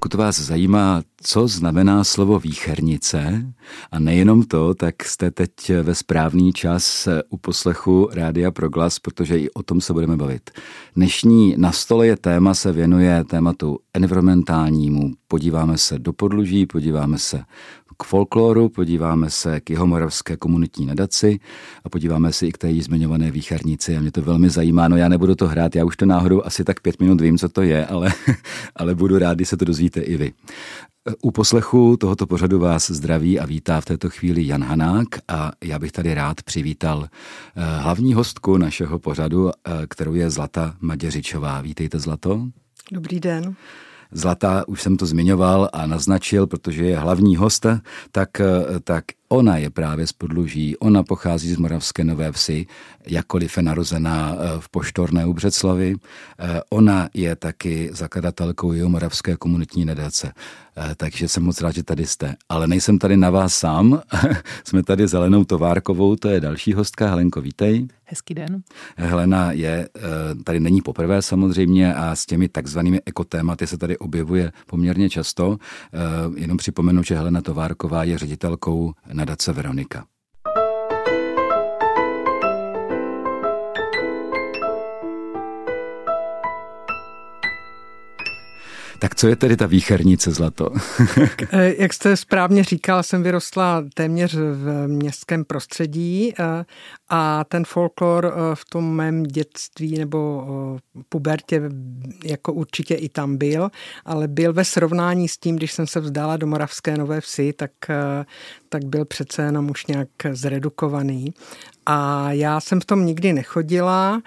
pokud vás zajímá, co znamená slovo výchernice, a nejenom to, tak jste teď ve správný čas u poslechu Rádia Proglas, protože i o tom se budeme bavit. Dnešní Na stole je téma se věnuje tématu environmentálnímu. Podíváme se do podluží, podíváme se k folkloru, podíváme se k jihomoravské komunitní nadaci a podíváme se i k té jí zmiňované výchernici. A mě to velmi zajímá, no já nebudu to hrát, já už to náhodou asi tak 5 minut vím, co to je, ale budu rád, když se to dozvíte i vy. U poslechu tohoto pořadu vás zdraví a vítá v této chvíli Jan Hanák a já bych tady rád přivítal hlavní hostku našeho pořadu, kterou je Zlata Maděřičová. Vítejte, Zlato. Dobrý den. Zlata, už jsem to zmiňoval a naznačil, protože je hlavní hosta, tak ona je právě z Podluží, ona pochází z Moravské Nové Vsi, jakkoliv je narozená v Poštorné u Břeclavi. Ona je taky zakladatelkou jihomoravské komunitní nadace. Takže jsem moc rád, že tady jste. Ale nejsem tady na vás sám, jsme tady s Helenou Továrkovou, to je další hostka. Helenko, vítej. Hezký den. Helena tady není poprvé samozřejmě a s těmi takzvanými ekotématy se tady objevuje poměrně často. Jenom připomenu, že Helena Továrková je ředitelkou nadace Veronika. Tak co je tedy ta výchernice, Zlato? Jak jste správně říkal, jsem vyrostla téměř v městském prostředí a ten folklor v tom mém dětství nebo pubertě jako určitě i tam byl, ale byl ve srovnání s tím, když jsem se vzdala do Moravské Nové Vsi, tak byl přece jenom už nějak zredukovaný. A já jsem v tom nikdy nechodila,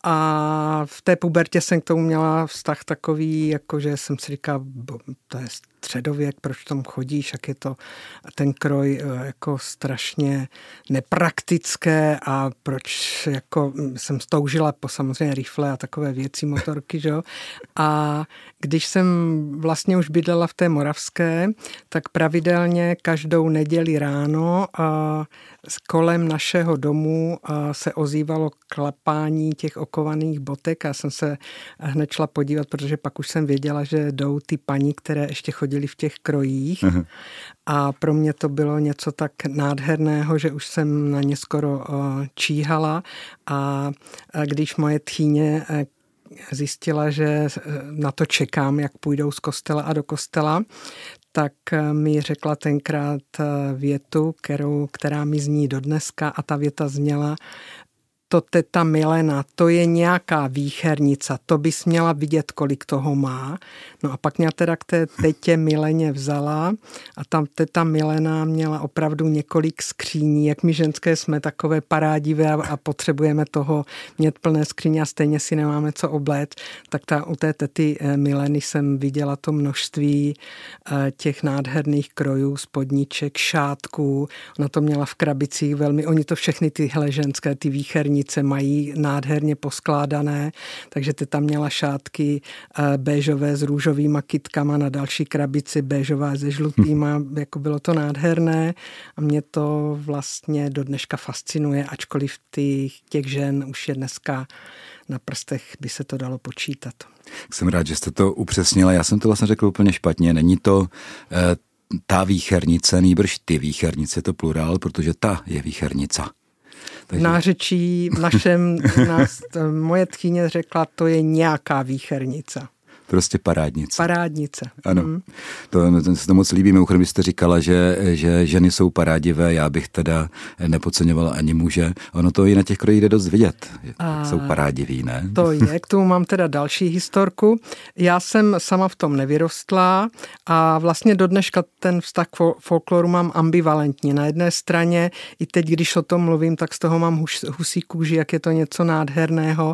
a v té pubertě jsem k tomu měla vztah takový, jakože jsem si říkala, to je středověk, proč tam chodíš, jak je to ten kroj jako strašně nepraktické a proč jako jsem toužila po samozřejmě rifle a takové věci, motorky, že? A když jsem vlastně už bydlela v té Moravské, tak pravidelně každou neděli ráno kolem našeho domu se ozývalo klapání těch okovaných botek a jsem se hned šla podívat, protože pak už jsem věděla, že jdou ty paní, které ještě chodili v těch krojích. Aha. A pro mě to bylo něco tak nádherného, že už jsem na ně skoro číhala a když moje tchýně zjistila, že na to čekám, jak půjdou z kostela a do kostela, tak mi řekla tenkrát větu, která mi zní dodneska a ta věta zněla: to teta Milena, to je nějaká výchernica, to bys měla vidět, kolik toho má. No a pak mě teda k té tetě Mileně vzala a tam teta Milena měla opravdu několik skříní, jak my ženské jsme takové parádivé a potřebujeme toho mít plné skříně a stejně si nemáme co oblét, tak u té tety Mileny jsem viděla to množství těch nádherných krojů, spodniček, šátků, ona to měla v krabicích velmi, oni to všechny tyhle ženské, ty výchernice mají nádherně poskládané, takže ty tam měla šátky béžové s růžovýma kytkama, na další krabici béžová se žlutýma, jako bylo to nádherné a mě to vlastně do dneška fascinuje, ačkoliv těch žen už je dneska na prstech, by se to dalo počítat. Jsem rád, že jste to upřesnila, já jsem to vlastně řekl úplně špatně, není to ta výchernice, nýbrž ty výchernice, je to plurál, protože ta je výchernica. Takže... nářečí moje tchýně řekla, to je nějaká výchernice. Prostě parádnice. Parádnice. Ano. To se to moc líbí. Mimochodem, jste říkala, že ženy jsou parádivé, já bych teda nepodceňovala ani muže. Ono to i na těch krojích jde dost vidět. Jsou parádiví, ne? To je, k tomu mám teda další historku. Já jsem sama v tom nevyrostla a vlastně do dneška ten vztah k folkloru mám ambivalentní. Na jedné straně i teď, když o tom mluvím, tak z toho mám husí kůži, jak je to něco nádherného,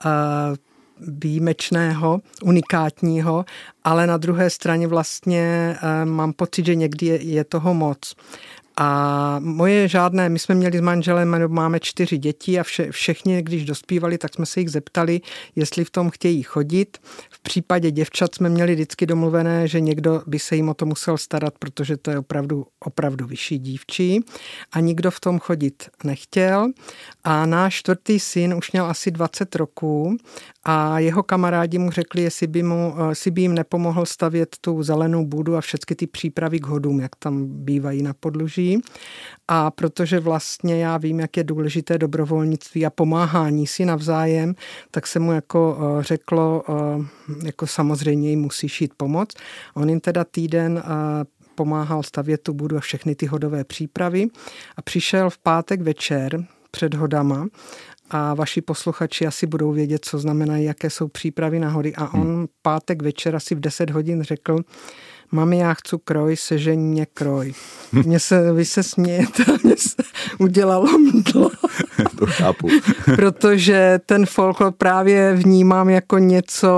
výjimečného, unikátního, ale na druhé straně vlastně mám pocit, že někdy je toho moc. A my jsme měli s manželem, máme 4 děti a všichni, když dospívali, tak jsme se jich zeptali, jestli v tom chtějí chodit. V případě děvčat jsme měli vždycky domluvené, že někdo by se jim o to musel starat, protože to je opravdu vyšší dívčí. A nikdo v tom chodit nechtěl. A náš 4. syn už měl asi 20 roků a jeho kamarádi mu řekli, jestli by jim nepomohl stavět tu zelenou bůdu a všechny ty přípravy k hodům, jak tam bývají na podluží. A protože vlastně já vím, jak je důležité dobrovolnictví a pomáhání si navzájem, tak se mu jako řeklo, jako samozřejmě jim musíš jít pomoct. On jim teda týden pomáhal stavět tu budu a všechny ty hodové přípravy a přišel v pátek večer před hodama a vaši posluchači asi budou vědět, co znamenají, jaké jsou přípravy na hody a on pátek večer asi v 10 hodin řekl: Mami, já chci kroj, sežeň mě kroj. Vy se smějete, mě se udělalo mdlo. To chápu. Protože ten folklor právě vnímám jako něco,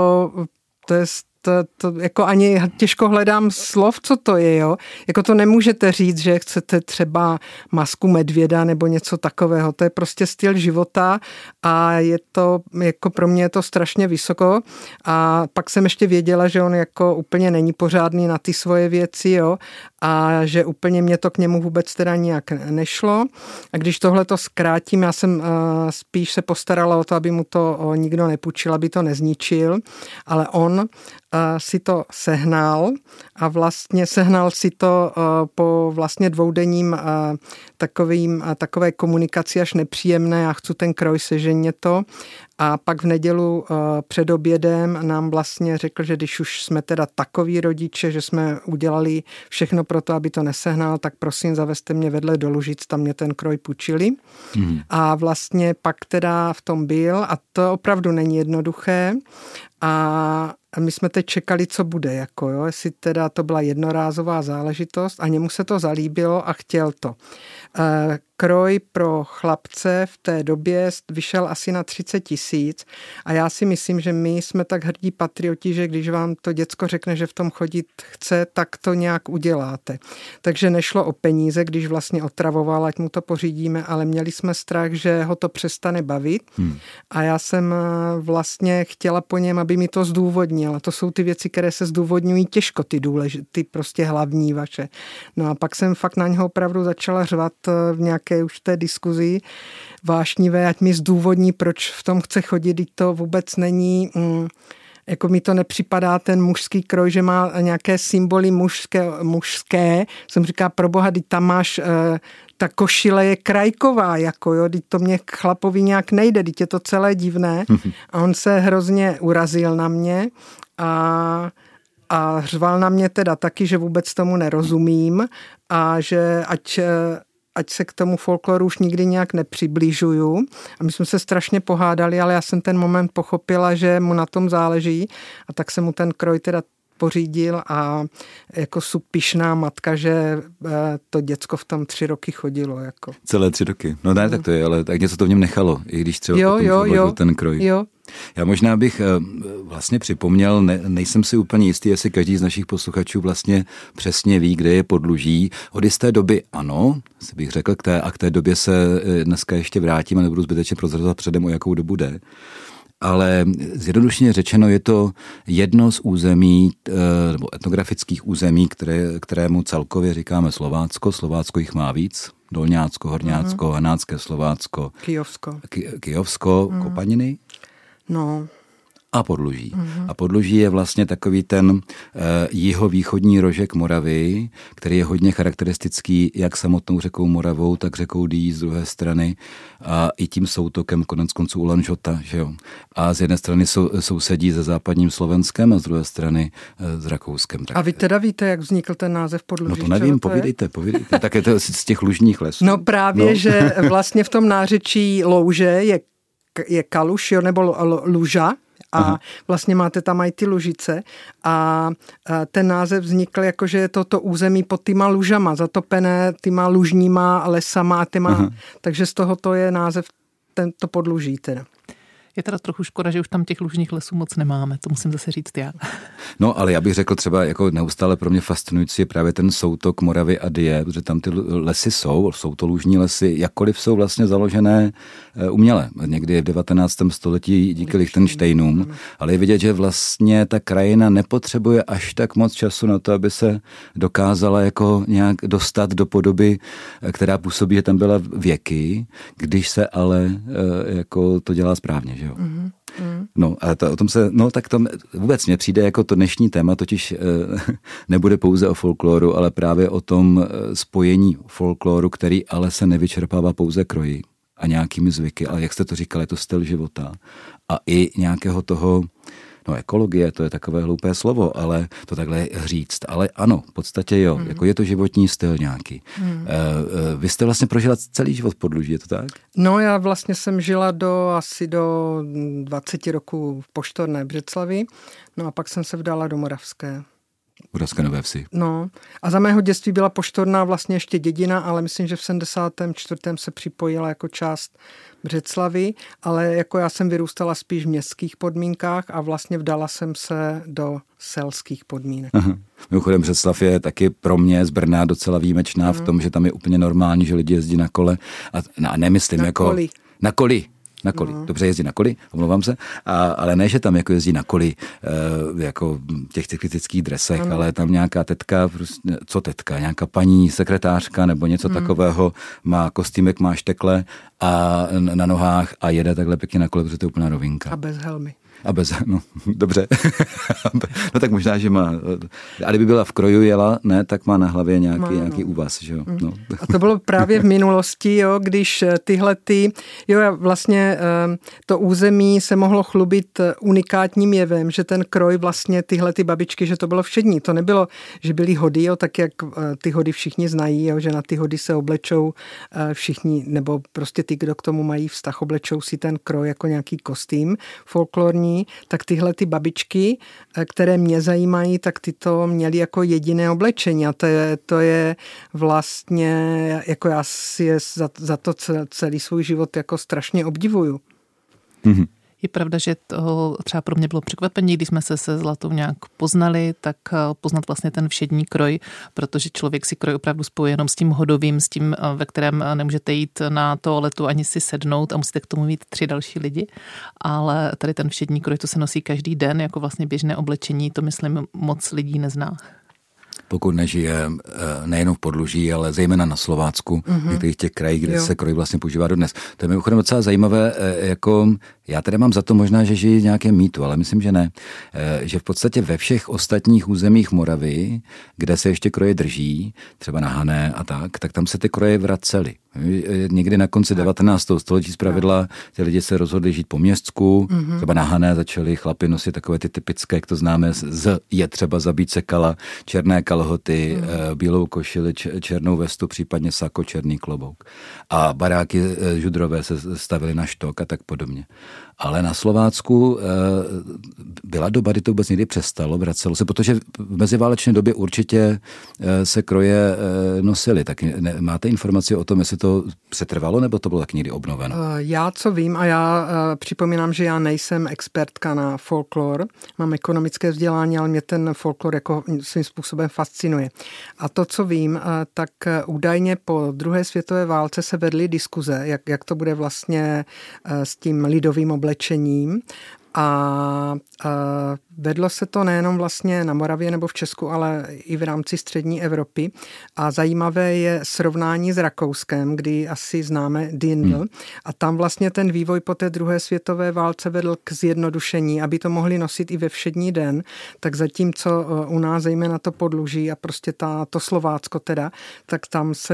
to jako ani těžko hledám slov, co to je, jo. Jako to nemůžete říct, že chcete třeba masku medvěda nebo něco takového. To je prostě styl života a je to, jako pro mě je to strašně vysoko. A pak jsem ještě věděla, že on jako úplně není pořádný na ty svoje věci, jo. A že úplně mě to k němu vůbec teda nijak nešlo. A když tohle to zkrátím, já jsem spíš se postarala o to, aby mu to nikdo nepůjčil, aby to nezničil, ale on si to sehnal a vlastně sehnal si to po vlastně dvoudenním takové komunikaci až nepříjemné, já chci ten kroj, seženě to. A pak v nedělu před obědem nám vlastně řekl, že když už jsme teda takoví rodiče, že jsme udělali všechno pro to, aby to nesehnal, tak prosím zavezte mě vedle do Lužic, tam mě ten kroj půjčili. A vlastně pak teda v tom byl a to opravdu není jednoduché. A my jsme teď čekali, co bude, jako jo, jestli teda to byla jednorázová záležitost a němu se to zalíbilo a chtěl to. Kroj pro chlapce v té době vyšel asi na 30 000 a já si myslím, že my jsme tak hrdí patrioti, že když vám to děcko řekne, že v tom chodit chce, tak to nějak uděláte. Takže nešlo o peníze, když vlastně otravoval, ať mu to pořídíme, ale měli jsme strach, že ho to přestane bavit a já jsem vlastně chtěla po něm, aby mi to zdůvodnil. A to jsou ty věci, které se zdůvodňují těžko, ty prostě hlavní vaše. No a pak jsem fakt na něho opravdu začala řvat v nějaké už té diskuzi vášnivé, ať mi zdůvodní, proč v tom chce chodit, když to vůbec není, jako mi to nepřipadá ten mužský kroj, že má nějaké symboly mužské. Jsem říká, proboha, když tam máš, ta košile je krajková, jako jo, když to mě chlapovi nějak nejde, když je to celé divné. A on se hrozně urazil na mě a řval na mě teda taky, že vůbec tomu nerozumím a že ať se k tomu folkloru už nikdy nějak nepřibližuju. A my jsme se strašně pohádali, ale já jsem ten moment pochopila, že mu na tom záleží a tak jsem mu ten kroj teda pořídil a jako pyšná matka, že to děcko v tom 3 roky chodilo. Jako. Celé 3 roky. No ne, tak to je, ale tak něco to v něm nechalo, i když třeba potom ten kroj. Jo. Já možná bych vlastně připomněl, nejsem si úplně jistý, jestli každý z našich posluchačů vlastně přesně ví, kde je podluží. Od jisté doby ano, si bych řekl, k té době se dneska ještě vrátím a nebudu zbytečně prozrazovat předem, o jakou dobu jde. Ale zjednodušeně řečeno je to jedno z území, nebo etnografických území, kterému celkově říkáme Slovácko. Slovácko jich má víc. Dolňácko, Horňácko, Hanácké Slovácko. Kyjovsko, Kopaniny. No. A Podluží. A Podluží je vlastně takový ten jihovýchodní rožek Moravy, který je hodně charakteristický jak samotnou řekou Moravou, tak řekou Dyjí z druhé strany a i tím soutokem koneckonců Ulanžota, že jo. A z jedné strany sousedí se západním Slovenskem a z druhé strany s Rakouskem. A vy teda víte, jak vznikl ten název Podluží? No to nevím, povídejte. Tak je to z těch lužních lesů. No právě, že vlastně v tom nářečí louže je kaluš, jo, nebo luža, a vlastně máte tam i ty Lužice a ten název vznikl jako, že je to území pod týma lužama, zatopené týma lužníma lesama a týma, takže z toho to je název tento Podluží teda. Je teda trochu škoda, že už tam těch lužních lesů moc nemáme, to musím zase říct já. No, ale já bych řekl třeba, jako neustále pro mě fascinující je právě ten soutok Moravy a Dyje, protože tam ty lesy jsou to lužní lesy, jakkoliv jsou vlastně založené uměle. Někdy v 19. století díky Lichtensteinům, ale je vidět, že vlastně ta krajina nepotřebuje až tak moc času na to, aby se dokázala jako nějak dostat do podoby, která působí, že tam byla věky, když se ale jako to dělá správně, že jo? No a o tom se, tak to vůbec mně přijde jako to dnešní téma, totiž nebude pouze o folkloru, ale právě o tom spojení folkloru, který ale se nevyčerpává pouze kroji a nějakými zvyky, ale jak jste to říkali, je to styl života a i nějakého toho, ekologie, to je takové hloupé slovo, ale to takhle říct. Ale ano, v podstatě jo, jako je to životní styl nějaký. Vy jste vlastně prožila celý život v Podluží, je to tak? No, já vlastně jsem žila asi do 20 roků v Poštorné Břeclavi, no a pak jsem se vdala do Moravské Nové Vsi. No a za mého dětství byla Poštorná vlastně ještě dědina, ale myslím, že v 74. se připojila jako část Břeclavy, ale jako já jsem vyrůstala spíš v městských podmínkách a vlastně vdala jsem se do selských podmínek. Aha. Mimochodem Břeclav je taky pro mě z Brna docela výjimečná v tom, že tam je úplně normální, že lidi jezdí na kole a nemyslím na jako... Koli. Na koli. Dobře, jezdí na koli, omlouvám se, ale ne, že tam jako jezdí na koli jako v těch cyklistických dresech, ale tam nějaká tetka, nějaká paní sekretářka nebo něco takového, má kostýmek, má štekle a na nohách a jede takhle pěkně na kole, protože to je úplná rovinka. A bez helmy. Dobře. No tak možná, že má, a kdyby byla v kroju jela, ne, tak má na hlavě nějaký úvaz, že jo. No. A to bylo právě v minulosti, jo, když vlastně to území se mohlo chlubit unikátním jevem, že ten kroj vlastně tyhle ty babičky, že to bylo všední. To nebylo, že byly hody, jo, tak jak ty hody všichni znají, jo, že na ty hody se oblečou všichni, nebo prostě ty, kdo k tomu mají vztah, oblečou si ten kroj jako nějaký kostým folklorní, tak tyhle ty babičky, které mě zajímají, tak ty to měly jako jediné oblečení a to je vlastně, jako já si je za to celý svůj život jako strašně obdivuju. Mm-hmm. Je pravda, že to třeba pro mě bylo překvapení, když jsme se Zlatou nějak poznali, tak poznat vlastně ten všední kroj, protože člověk si kroj opravdu spojuje jenom s tím hodovým, s tím, ve kterém nemůžete jít na toaletu ani si sednout a musíte k tomu mít 3 další lidi. Ale tady ten všední kroj, to se nosí každý den jako vlastně běžné oblečení, to myslím moc lidí nezná. Pokud nežije nejenom v Podluží, ale zejména na Slovácku, v některých těch krajích, kde se kroj vlastně používá dodnes. To je mimochodem docela zajímavé, jako já tady mám za to možná, že žijí nějaké mýtu, ale myslím, že ne. Že v podstatě ve všech ostatních územích Moravy, kde se ještě kroje drží, třeba na Hané a tak tam se ty kroje vracely. Někdy na konci 19. století zpravidla ty lidi se rozhodli žít po městsku, třeba na Hané začali chlapi nosit takové ty typické, jak to známe, je třeba zabít sekala, černé kalhoty, bílou košili, černou vestu, případně sako, černý klobouk. A baráky žudrové se stavily na štok a tak podobně. Ale na Slovácku byla doba, kdy to vůbec někdy přestalo, vracelo se, protože v meziválečné době určitě se kroje nosily. Tak máte informaci o tom, jestli to přetrvalo, nebo to bylo tak někdy obnoveno? Já co vím, a já připomínám, že já nejsem expertka na folklor, mám ekonomické vzdělání, ale mě ten folklor jako svým způsobem fascinuje. A to, co vím, tak údajně po druhé světové válce se vedly diskuze, jak to bude vlastně s tím lidovým oblečením. A vedlo se to nejenom vlastně na Moravě nebo v Česku, ale i v rámci střední Evropy. A zajímavé je srovnání s Rakouskem, kdy asi známe Dirndl. A tam vlastně ten vývoj po té druhé světové válce vedl k zjednodušení, aby to mohli nosit i ve všední den. Tak zatímco u nás zejména to Podluží a prostě to Slovácko teda, tak tam se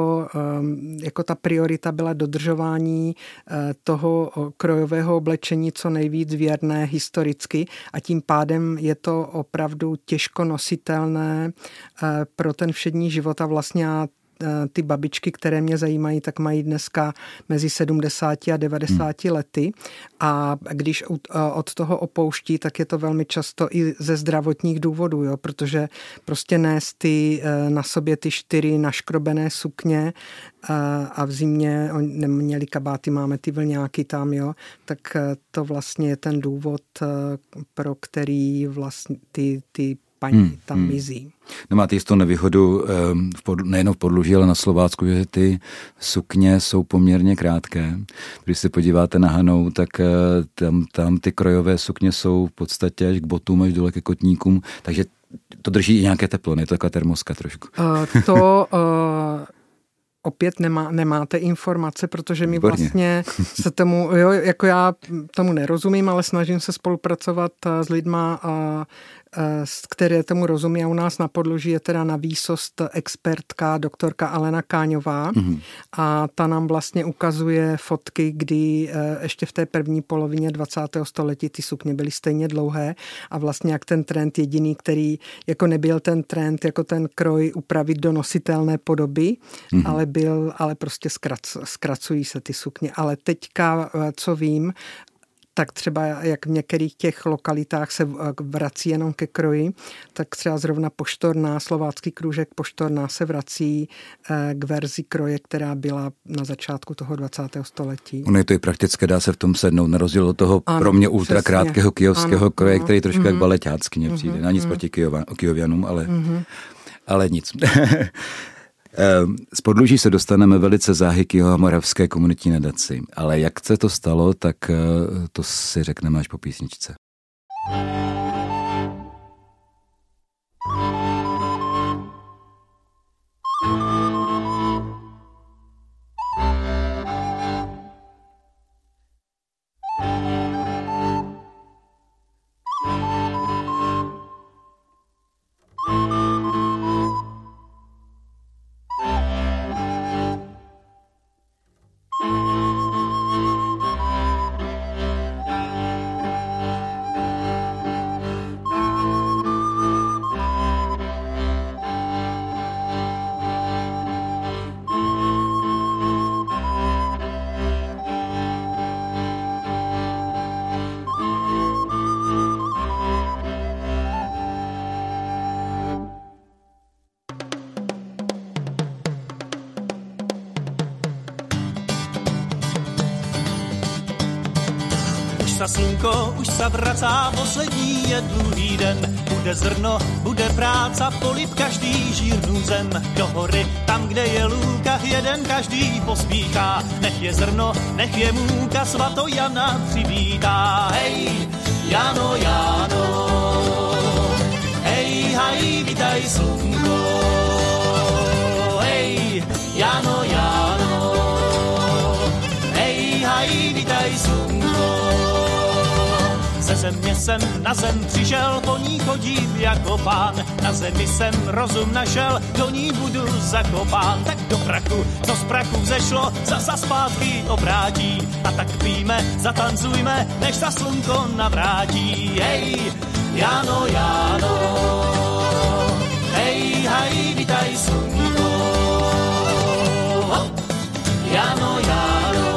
jako ta priorita byla dodržování toho krojového oblečení co nejvíc věrné historicky a tím pádem je to opravdu těžko nositelné pro ten všední život a vlastně ty babičky, které mě zajímají, tak mají dneska mezi 70 a 90 lety a když od toho opouští, tak je to velmi často i ze zdravotních důvodů, jo, protože prostě nést na sobě ty 4 naškrobené sukně a v zimě neměli kabáty, máme ty vlňáky tam, jo, tak to vlastně je ten důvod, pro který vlastně ty paní tam mizí. No máte jistou nevýhodu nejen v Podluží, ale na Slovácku, že ty sukně jsou poměrně krátké. Když se podíváte na Hanou, tak tam ty krojové sukně jsou v podstatě až k botům, až dole ke kotníkům, takže to drží i nějaké teplo, je to taková termoska trošku. Opět nemáte informace, protože my vlastně se tomu, jo, jako já tomu nerozumím, ale snažím se spolupracovat s lidma, které tomu rozumí a u nás na Podluží je teda na výsost expertka doktorka Alena Káňová a ta nám vlastně ukazuje fotky, kdy ještě v té první polovině 20. století ty sukně byly stejně dlouhé a vlastně jak ten trend jediný, který jako nebyl ten trend, jako ten kroj upravit do nositelné podoby, ale prostě zkracují se ty sukně. Ale teďka, co vím, tak třeba jak v některých těch lokalitách se vrací jenom ke kroji, tak třeba zrovna Poštorná, slovácký krůžek Poštorná se vrací k verzi kroje, která byla na začátku toho 20. století. Ono je to i praktické, dá se v tom sednout, na rozdíl od toho pro mě ultrakrátkého kyjovského kroje, který trošku jak baleťácky mě přijde. Na nic proti Kyjovianům, ale nic. Z Podluží se dostaneme velice záhy k Jihomoravské komunitní nadaci, ale jak se to stalo, tak to si řekneme až po písničce. Slunko už se vracá, poslední je dlouhý den. Bude zrno, bude práca, polit každý žírnou zem. Do hory, tam, kde je lůka, jeden každý pospíchá. Nech je zrno, nech je můka, svato Jana přivítá. Hej, Jano, Jano, hej, haj, vítaj slunko. Hej, Jano, Jano, hej, haj, vítaj slunko. Ze země jsem na zem přišel, po ní chodím jako pán. Na zemi jsem rozum našel, do ní budu zakopán. Tak do prachu, co z prachu vzešlo, zasa zpátky obrátí. A tak píme, zatancujme, než sa slunko navrátí. Hej, Jano, Jano, hej, haj, vítaj slunko. Jano, Jano,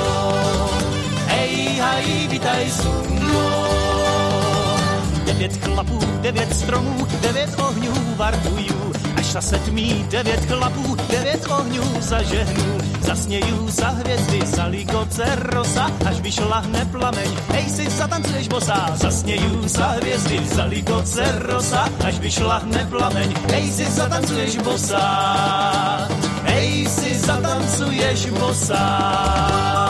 hej, haj, vítaj slunko. 9 chlapů, 9 stromů, 9 ohňů varduju. Až sa setmí 9 chlapů, 9 ohňů zažehnu. Zasněju za hvězdy, za ligoce rosa, až vyšlahne plameň, hej si zatancuješ bosa. Zasněju za hvězdy, za ligoce rosa, až vyšlahne plameň, hej si zatancuješ bosa. Hej si zatancuješ bosa.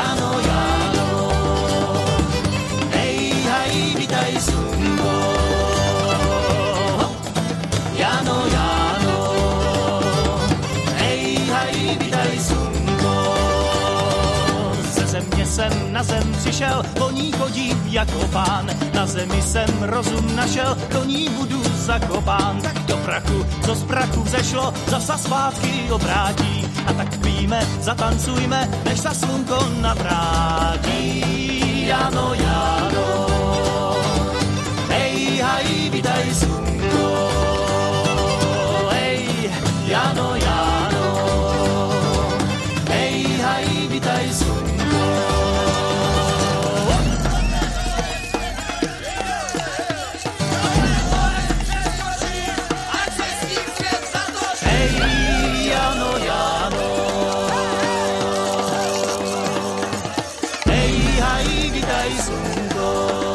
Jano, Jano, hej, haj, vítaj slunko. na zem přišel, po ní chodím jako pán. Na zemi jsem rozum našel, do ní budu zakopán. Tak do prachu, co z prachu vzešlo, zasa zpátky obrátí. A tak pijme, zatancujme, než sa slunko navrátí. Jano, Jano, hej, haj, vitaj slunko. Hej, Jano, Jano, hej, haj, vitaj slunko. Hej, Jano, Jano, hej, haj, vitaj slunko.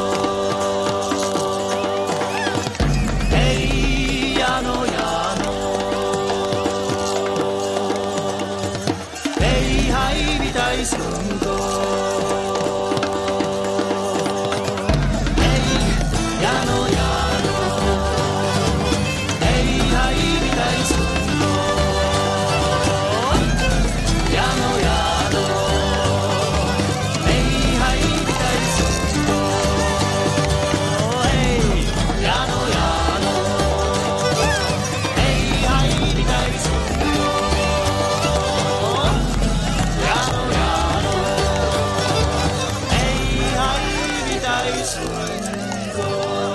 Hej, Jano, Jano, hej, haj, vitaj slunko. Hej, Jano, Jano, hej, haj, vitaj slunko. Jano, Jano, hej, haj, vitaj slunko. Hej, Jano, Jano, hej, haj, vitaj slunko. Jano, Jano, hej, haj, vitaj slunko.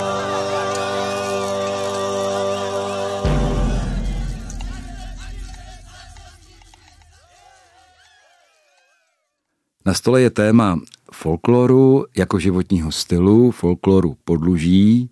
Na stole je téma folkloru jako životního stylu, folkloru podluží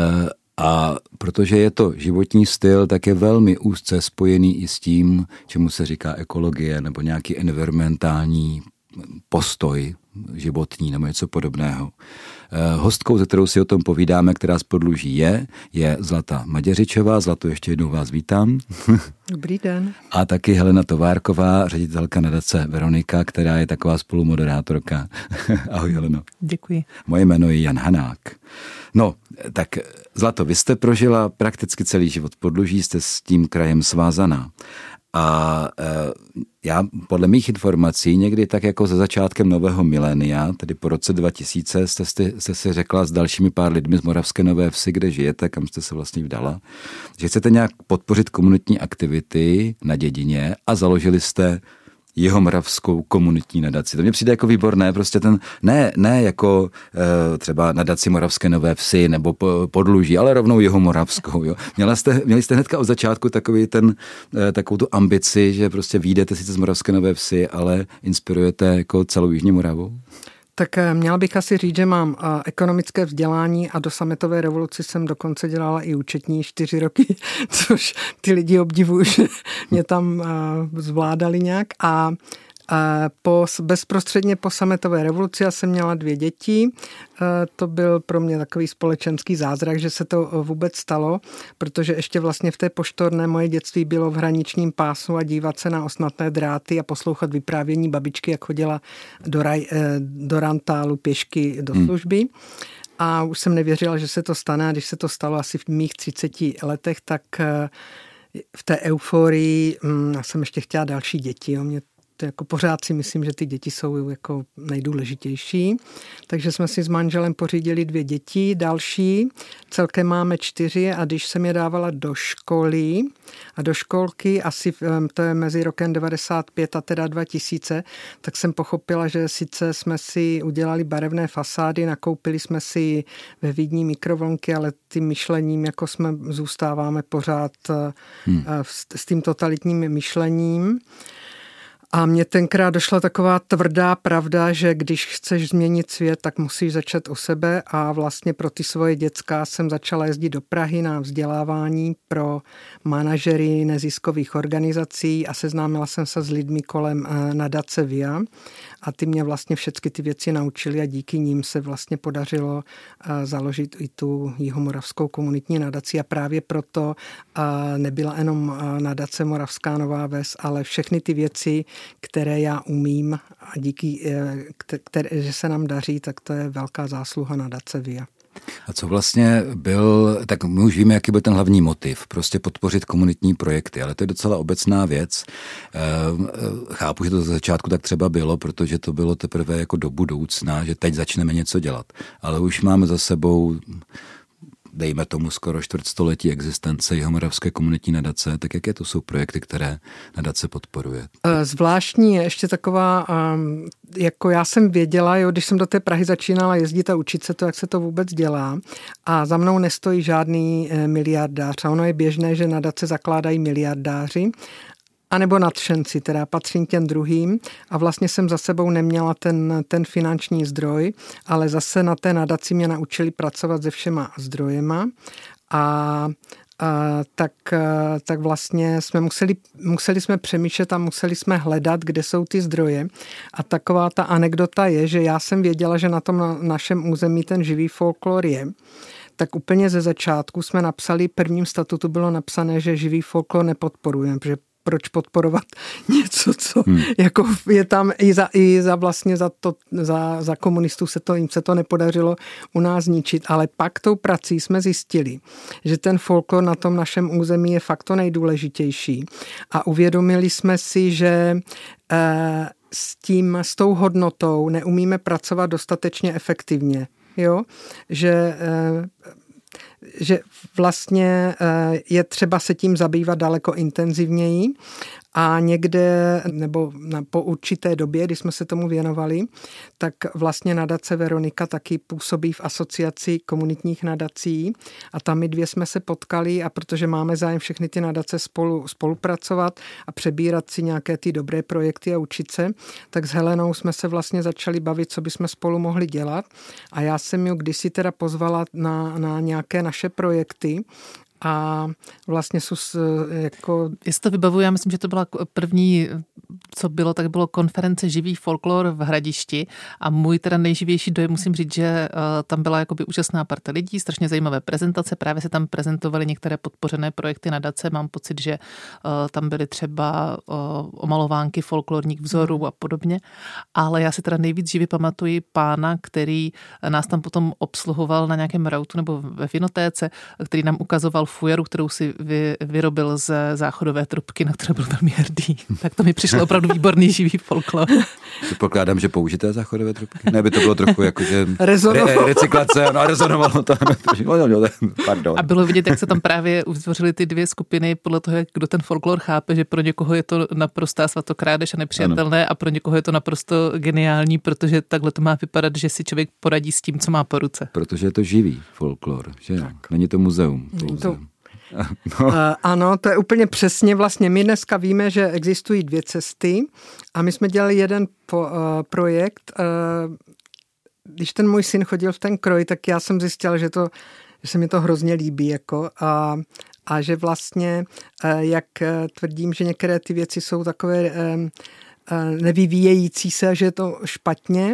a protože je to životní styl, tak je velmi úzce spojený i s tím, čemu se říká ekologie nebo nějaký environmentální postoj životní nebo něco podobného. Hostkou, ze kterou si o tom povídáme, která z Podluží je Zlata Maděřičová. Zlato, ještě jednou vás vítám. Dobrý den. A taky Helena Továrková, ředitelka nadace Veronika, která je taková spolumoderátorka. Ahoj, Heleno. Děkuji. Moje jméno je Jan Hanák. No, tak Zlato, vy jste prožila prakticky celý život v Podluží, jste s tím krajem svázaná. A já podle mých informací někdy tak jako za začátkem nového milénia, tedy po roce 2000, jste si řekla s dalšími pár lidmi z Moravské Nové Vsi, kde žijete, kam jste se vlastně vdala, že chcete nějak podpořit komunitní aktivity na dědině a založili jste Jihomoravskou komunitní nadaci. To mně přijde jako výborné, prostě ten, ne jako třeba nadaci Moravské Nové Vsi nebo Podluží, ale rovnou Jihomoravskou. Jo. Měli jste hnedka od začátku takovou tu ambici, že prostě vyjdete sice z Moravské Nové Vsi, ale inspirujete jako celou Jižní Moravu? Tak měla bych asi říct, že mám ekonomické vzdělání a do sametové revoluci jsem dokonce dělala i účetní 4 roky, což ty lidi obdivují, že mě tam zvládali nějak. A bezprostředně po sametové revoluci já jsem měla 2 děti. To byl pro mě takový společenský zázrak, že se to vůbec stalo, protože ještě vlastně v té poštorné moje dětství bylo v hraničním pásu a dívat se na osnatné dráty a poslouchat vyprávění babičky, jak chodila do Rantálu pěšky do služby. A už jsem nevěřila, že se to stane, a když se to stalo asi v mých 30 letech, tak v té euforii já jsem ještě chtěla další děti. Mě jako pořád si myslím, že ty děti jsou jako nejdůležitější. Takže jsme si s manželem pořídili 2 děti, další. Celkem máme 4 a když jsem je dávala do školy a do školky, asi to je mezi rokem 95 a teda 2000, tak jsem pochopila, že sice jsme si udělali barevné fasády, nakoupili jsme si ve Vídni mikrovlnky, ale tím myšlením, jako jsme zůstáváme pořád s tím totalitním myšlením. A mně tenkrát došla taková tvrdá pravda, že když chceš změnit svět, tak musíš začít u sebe, a vlastně pro ty svoje děcka jsem začala jezdit do Prahy na vzdělávání pro manažery neziskových organizací a seznámila jsem se s lidmi kolem nadace VIA a ty mě vlastně všechny ty věci naučili a díky nim se vlastně podařilo založit i tu Jihomoravskou komunitní nadaci a právě proto nebyla jenom nadace Moravská Nová Ves, ale všechny ty věci, které já umím a díky, že se nám daří, tak to je velká zásluha nadace VIA. A co vlastně byl, tak my už víme, jaký byl ten hlavní motiv, prostě podpořit komunitní projekty, ale to je docela obecná věc. Chápu, že to za začátku tak třeba bylo, protože to bylo teprve jako do budoucna, že teď začneme něco dělat. Ale už máme za sebou, dejme tomu skoro čtvrtstoletí existence Jihomoravské komunitní nadace, tak jaké to jsou projekty, které nadace podporuje? Zvláštní je ještě taková, jako já jsem věděla, jo, když jsem do té Prahy začínala jezdit a učit se to, jak se to vůbec dělá, a za mnou nestojí žádný miliardář. A ono je běžné, že nadace zakládají miliardáři, anebo nadšenci, teda patřím těm druhým, a vlastně jsem za sebou neměla ten finanční zdroj, ale zase na té nadaci mě naučili pracovat se všema zdrojema tak vlastně jsme museli jsme přemýšlet a museli jsme hledat, kde jsou ty zdroje. A taková ta anekdota je, že já jsem věděla, že na tom našem území ten živý folklor je. Tak úplně ze začátku jsme napsali, prvním statutu bylo napsané, že živý folklor nepodporujeme, protože proč podporovat něco, co jako je tam i za vlastně za komunistů jim se to nepodařilo u nás zničit, ale pak tou prací jsme zjistili, že ten folklor na tom našem území je fakt to nejdůležitější a uvědomili jsme si, že s tou hodnotou neumíme pracovat dostatečně efektivně, jo, že vlastně je třeba se tím zabývat daleko intenzivněji a někde, nebo po určité době, kdy jsme se tomu věnovali, tak vlastně nadace Veronika taky působí v asociaci komunitních nadací a tam my dvě jsme se potkali a protože máme zájem všechny ty nadace spolupracovat a přebírat si nějaké ty dobré projekty a učit se, tak s Helenou jsme se vlastně začali bavit, co bychom spolu mohli dělat a já jsem ji kdysi teda pozvala na nějaké naše projekty a vlastně jsou jako... Jestli to vybavuji, já myslím, že to byla první, co bylo, tak bylo konference Živý folklor v Hradišti a můj teda nejživější dojem, musím říct, že tam byla jakoby úžasná parta lidí, strašně zajímavé prezentace, právě se tam prezentovaly některé podpořené projekty nadace, mám pocit, že tam byly třeba omalovánky folklorních vzorů a podobně, ale já si teda nejvíc živě pamatuji pána, který nás tam potom obsluhoval na nějakém rautu nebo ve vinotéce, který nám ukazoval fujaru, kterou si vyrobil ze záchodové trubky, na které byl velmi hrdý. Tak to mi přišlo opravdu výborný živý folklor. Předpokládám, že použité záchodové trubky? Ne, by to bylo trochu jako, že recyklace, a rezonovalo to. Pardon. A bylo vidět, jak se tam právě vytvořily ty dvě skupiny podle toho, jak kdo ten folklor chápe, že pro někoho je to naprostá svatokrádež a nepřijatelné a pro někoho je to naprosto geniální, protože takhle to má vypadat, že si člověk poradí s tím, co má po ruce. Protože je to živý folklor, že? Není to muzeum. No. Ano, to je úplně přesně vlastně. My dneska víme, že existují dvě cesty a my jsme dělali jeden projekt. Když ten můj syn chodil v ten kroj, tak já jsem zjistil, že se mi to hrozně líbí. Jako, a že vlastně, jak tvrdím, že některé ty věci jsou takové nevyvíjející se, že je to špatně.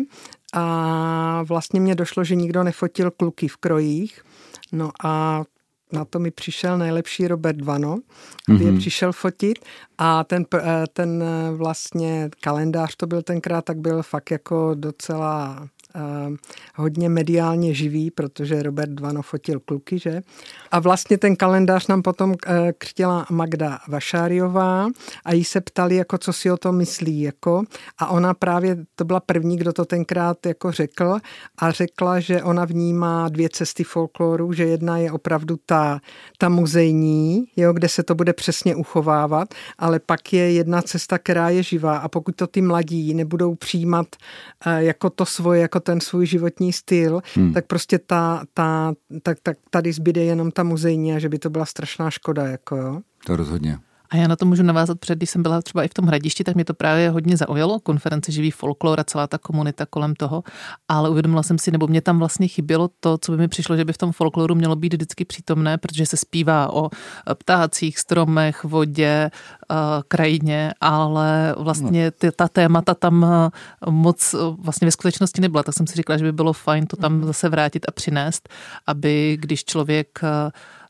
A vlastně mně došlo, že nikdo nefotil kluky v krojích. No a na to mi přišel nejlepší Robert Vano, aby je přišel fotit a ten vlastně kalendář to byl tenkrát, tak byl fakt jako docela hodně mediálně živý, protože Robert Vano fotil kluky, že? A vlastně ten kalendář nám potom křtila Magda Vašáriová a jí se ptali, jako co si o tom myslí, jako. A ona právě, to byla první, kdo to tenkrát jako řekl a řekla, že ona vnímá dvě cesty folkloru, že jedna je opravdu ta muzejní, jo, kde se to bude přesně uchovávat, ale pak je jedna cesta, která je živá a pokud to ty mladí nebudou přijímat jako to svoje, jako ten svůj životní styl, tak prostě tak tady zbyde jenom ta muzejní a že by to byla strašná škoda. Jako jo. To rozhodně. A já na to můžu navázat, protože když jsem byla třeba i v tom Hradišti, tak mě to právě hodně zaujalo, konference Živý folklor a celá ta komunita kolem toho, ale uvědomila jsem si, nebo mě tam vlastně chybělo to, co by mi přišlo, že by v tom folkloru mělo být vždycky přítomné, protože se zpívá o ptácích, stromech, vodě, krajině, ale vlastně ta témata tam moc vlastně ve skutečnosti nebyla, tak jsem si říkala, že by bylo fajn to tam zase vrátit a přinést, aby když člověk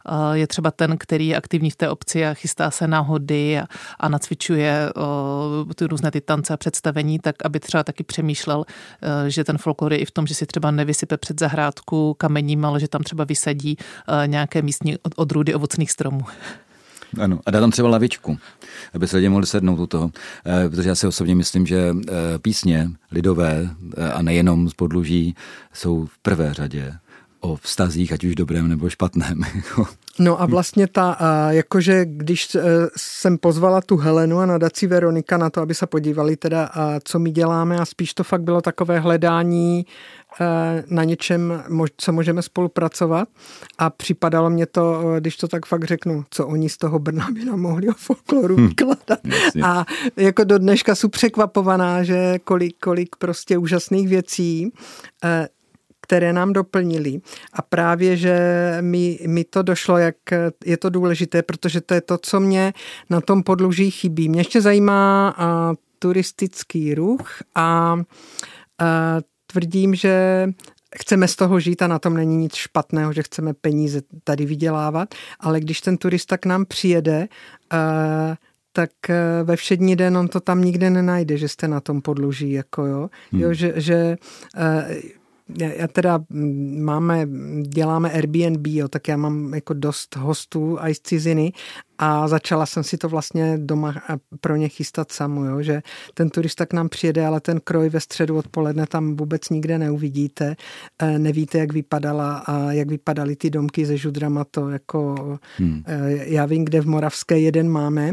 je třeba ten, který je aktivní v té obci a chystá se na hody a nacvičuje ty různé ty tance a představení, tak aby třeba taky přemýšlel, že ten folklor je i v tom, že si třeba nevysype před zahrádku kamením, ale že tam třeba vysadí nějaké místní odrůdy ovocných stromů. Ano, a dá tam třeba lavičku, aby se lidi mohli sednout u toho, protože já si osobně myslím, že písně lidové a nejenom z podluží jsou v prvé řadě o vztazích, ať už dobrém nebo špatném. No a vlastně jakože když jsem pozvala tu Helenu a nadaci Veronika na to, aby se podívali teda, co my děláme, a spíš to fakt bylo takové hledání na něčem, co můžeme spolupracovat, a připadalo mě to, když to tak fakt řeknu, co oni z toho Brna by nám mohli o folkloru vykládat. A jako do dneška jsou překvapovaná, že kolik prostě úžasných věcí, které nám doplnili. A právě, že mi to došlo, jak je to důležité, protože to je to, co mě na tom podluží chybí. Mě ještě zajímá turistický ruch a tvrdím, že chceme z toho žít a na tom není nic špatného, že chceme peníze tady vydělávat, ale když ten turista k nám přijede, tak ve všední den on to tam nikde nenajde, že jste na tom podluží. Jako jo, že já teda děláme Airbnb, jo, tak já mám jako dost hostů a i z ciziny a začala jsem si to vlastně doma pro ně chystat samu, jo, že ten turista k nám přijede, ale ten kroj ve středu odpoledne tam vůbec nikde neuvidíte, nevíte, jak vypadaly ty domky se žudrama, to jako já vím, kde v Moravské jeden máme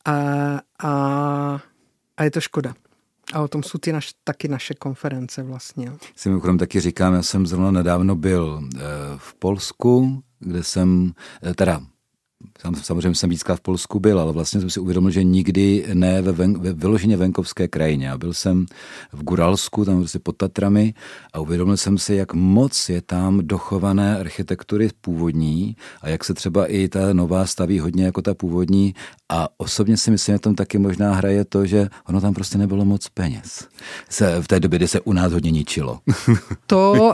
a je to škoda. A o tom jsou taky naše konference vlastně. Si mimochodem taky říkám, já jsem zrovna nedávno byl v Polsku, kde jsem, samozřejmě jsem víckrát v Polsku byl, ale vlastně jsem si uvědomil, že nikdy ne ve vyloženě venkovské krajině. Já byl jsem v Guralsku, tam prostě pod Tatrami, a uvědomil jsem si, jak moc je tam dochované architektury původní a jak se třeba i ta nová staví hodně jako ta původní. A osobně si myslím, že tam taky možná hraje to, že ono tam prostě nebylo moc peněz. V té době, kdy se u nás hodně ničilo. To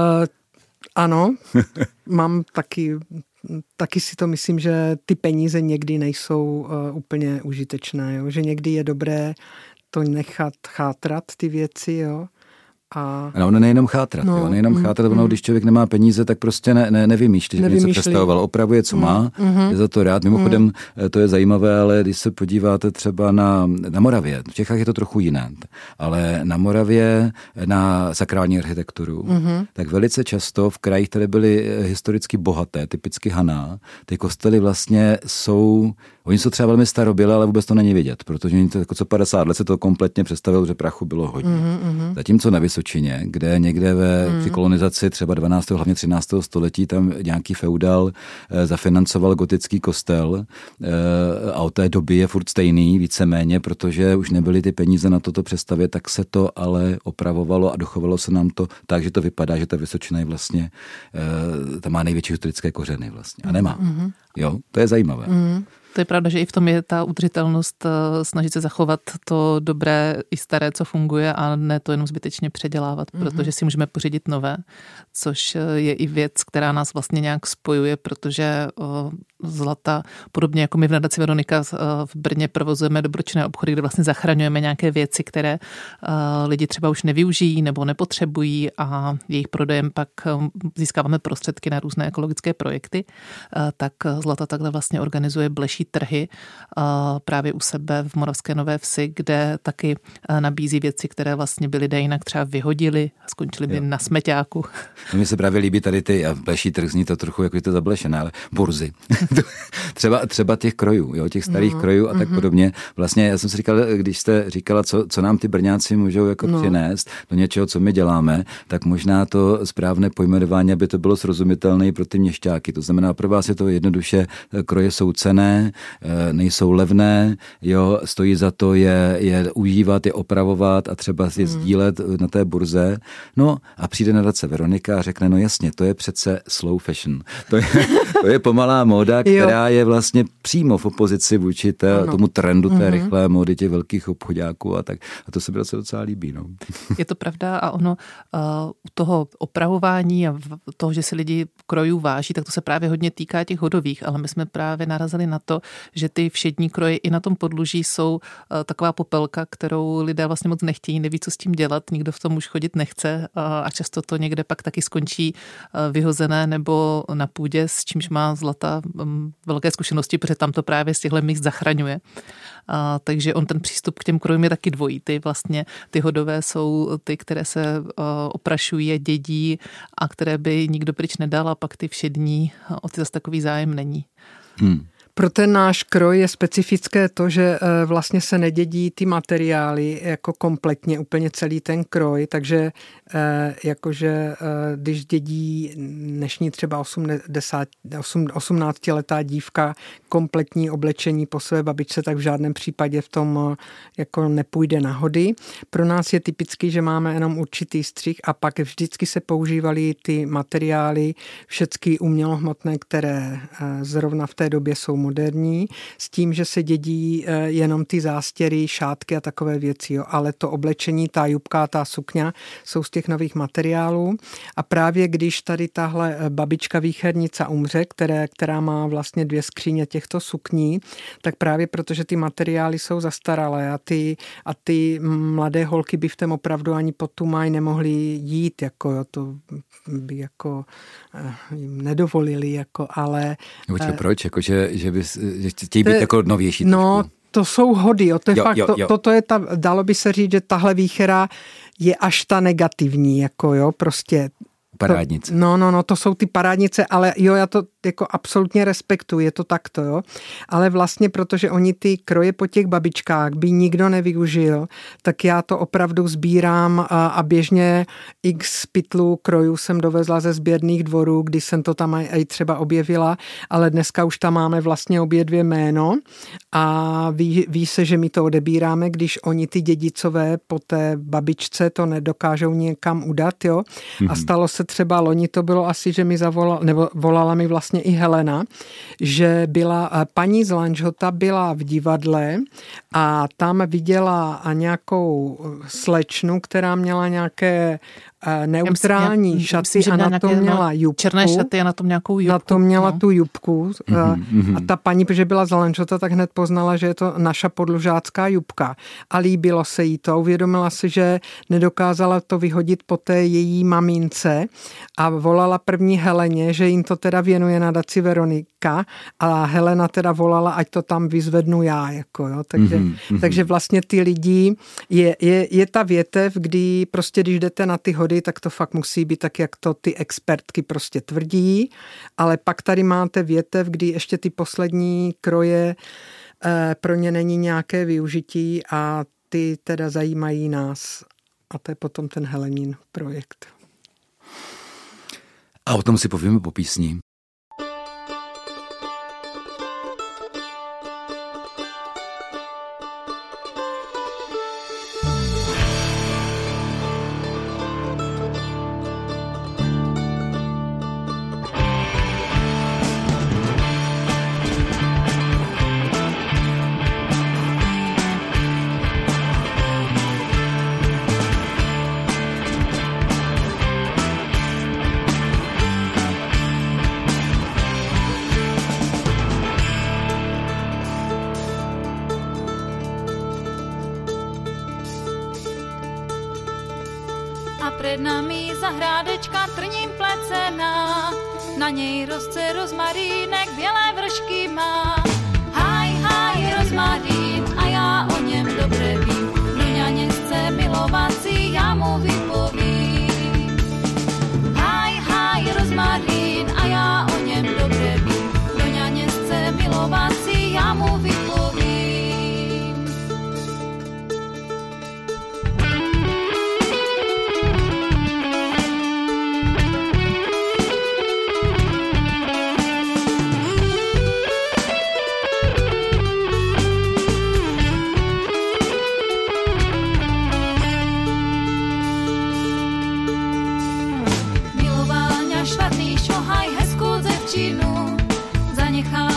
ano, mám taky si to myslím, že ty peníze někdy nejsou úplně užitečné, jo? Že někdy je dobré to nechat chátrat ty věci, jo. No, ono nejenom chátrat, jo? Nejenom chátrat, ono, když člověk nemá peníze, tak prostě nevymýšlí, že něco představoval, opravuje, co má, je za to rád. Mimochodem, to je zajímavé, ale když se podíváte třeba na Moravě, v Čechách je to trochu jiné, ale na Moravě, na sakrální architekturu, tak velice často v krajích, které byly historicky bohaté, typicky Haná, ty kostely vlastně oni jsou třeba velmi starobylé, ale vůbec to není vidět, protože jako co 50 let se to kompletně představilo, že prachu bylo hodně. Zatímco na Vysočině, kde někde při kolonizaci třeba 12. hlavně 13. století tam nějaký feudál zafinancoval gotický kostel a od té doby je furt stejný, víceméně, protože už nebyly ty peníze na toto přestavět, tak se to ale opravovalo a dochovalo se nám to tak, že to vypadá, že ta Vysočina je vlastně, tam má největší historické kořeny vlastně a nemá. Jo, to je zajímavé. To je pravda, že i v tom je ta udržitelnost, snažit se zachovat to dobré i staré, co funguje, a ne to jenom zbytečně předělávat, protože si můžeme pořídit nové, což je i věc, která nás vlastně nějak spojuje, protože Zlata, podobně jako my v nadaci Veronika v Brně provozujeme dobročinné obchody, kde vlastně zachraňujeme nějaké věci, které lidi třeba už nevyužijí nebo nepotřebují, a jejich prodejem pak získáváme prostředky na různé ekologické projekty, tak Zlata takhle vlastně organizuje bleší trhy právě u sebe v Moravské Nové Vsi, kde taky nabízí věci, které vlastně by lidé jinak třeba vyhodili a skončili by na smeťáku. Mně se právě líbí tady ty, a bleší trh zní to trochu, jako je to zablešené, ale burzy. třeba těch krojů, jo, těch starých krojů a tak podobně. Vlastně já jsem si říkal, když jste říkala, co nám ty Brňáci můžou jako přinést do něčeho, co my děláme, tak možná to správné pojmenování, aby to bylo srozumitelné pro ty měšťáky. To znamená, pro vás je to jednoduše, kroje jsou cenné, nejsou levné, jo, stojí za to je užívat, je opravovat a třeba je sdílet na té burze. No a přijde nadace Veronika a řekne, no jasně, to je přece slow fashion. To je pomalá móda, móda, která je vlastně přímo v opozici vůči tomu trendu té rychlé módy těch velkých obchodáků a tak. A to se mi docela líbí. No. Je to pravda a ono u toho opravování a toho, že si lidi krojů váží, tak to se právě hodně týká těch hodových, ale my jsme právě narazili na to, že ty všední kroje i na tom podluží jsou taková popelka, kterou lidé vlastně moc nechtějí, neví, co s tím dělat, nikdo v tom už chodit nechce a často to někde pak taky skončí vyhozené nebo na půdě, s čímž má Zlata velké zkušenosti, protože tam to právě z těchto míst zachraňuje. Takže on ten přístup k těm krojům je taky dvojitý. Vlastně ty hodové jsou ty, které se oprašují, dědí a které by nikdo pryč nedal a pak ty všední, o ty zase takový zájem není. Pro ten náš kroj je specifické to, že vlastně se nedědí ty materiály jako kompletně, úplně celý ten kroj, takže jakože když dědí dnešní třeba 18letá dívka kompletní oblečení po své babičce, tak v žádném případě v tom jako nepůjde na hody. Pro nás je typický, že máme jenom určitý střih a pak vždycky se používaly ty materiály, všechny umělohmotné, které zrovna v té době jsou moderní, s tím, že se dědí jenom ty zástěry, šátky a takové věci, jo. Ale to oblečení, ta jubka, ta sukňa jsou z těch nových materiálů a právě když tady tahle babička výchernica umře, která má vlastně 2 skříně těchto sukní, tak právě protože ty materiály jsou zastaralé a ty mladé holky by v tom opravdu ani pod tu máj nemohly jít, jako jo, to by jako jim nedovolili, jako, ale... Proč? Jako, že chtějí být jako novější. No, to jsou hody, jo. To je fakt, toto je dalo by se říct, že tahle výchera je až ta negativní, jako jo, prostě... Parádnice. No, to jsou ty parádnice, ale jo, já to jako absolutně respektuji, je to takto, jo. Ale vlastně, protože oni ty kroje po těch babičkách by nikdo nevyužil, tak já to opravdu sbírám a běžně x pytlů krojů jsem dovezla ze sběrných dvorů, když jsem to tam i třeba objevila, ale dneska už tam máme vlastně obě 2 jméno a ví se, že my to odebíráme, když oni ty dědicové po té babičce to nedokážou někam udat, jo. A stalo se třeba loni, to bylo asi, že mi volala mi vlastně i Helena, že byla paní z Lanžhota byla v divadle a tam viděla nějakou slečnu, která měla nějaké neutrální šaty a na to měla jubku. Černé šaty a na tom nějakou jubku. Na to měla tu jubku a ta paní, protože byla z Lanžhota, tak hned poznala, že je to naša podlužácká jubka a líbilo se jí to. Uvědomila si, že nedokázala to vyhodit po té její mamince a volala první Heleně, že jim to teda věnuje nadaci Veronika a Helena teda volala, ať to tam vyzvednu já, jako jo. Takže vlastně ty lidi je ta větev, kdy prostě když jdete na ty hody, tak to fakt musí být tak, jak to ty expertky prostě tvrdí, ale pak tady máte větev, kdy ještě ty poslední kroje pro ně není nějaké využití a ty teda zajímají nás a to je potom ten Helenin projekt. A o tom si povíme po písni. Před nami zahrádečka trním plecená, na něj rostce rozmarínek, bělé vršky má. Haj, rozmarín, a já o něm dobře vím, do ňaně chce milovací, já mu vypovím. Haj, rozmarín, a já o něm dobře vím, do ňaně chce milovací, já mu vypovím. Zanechá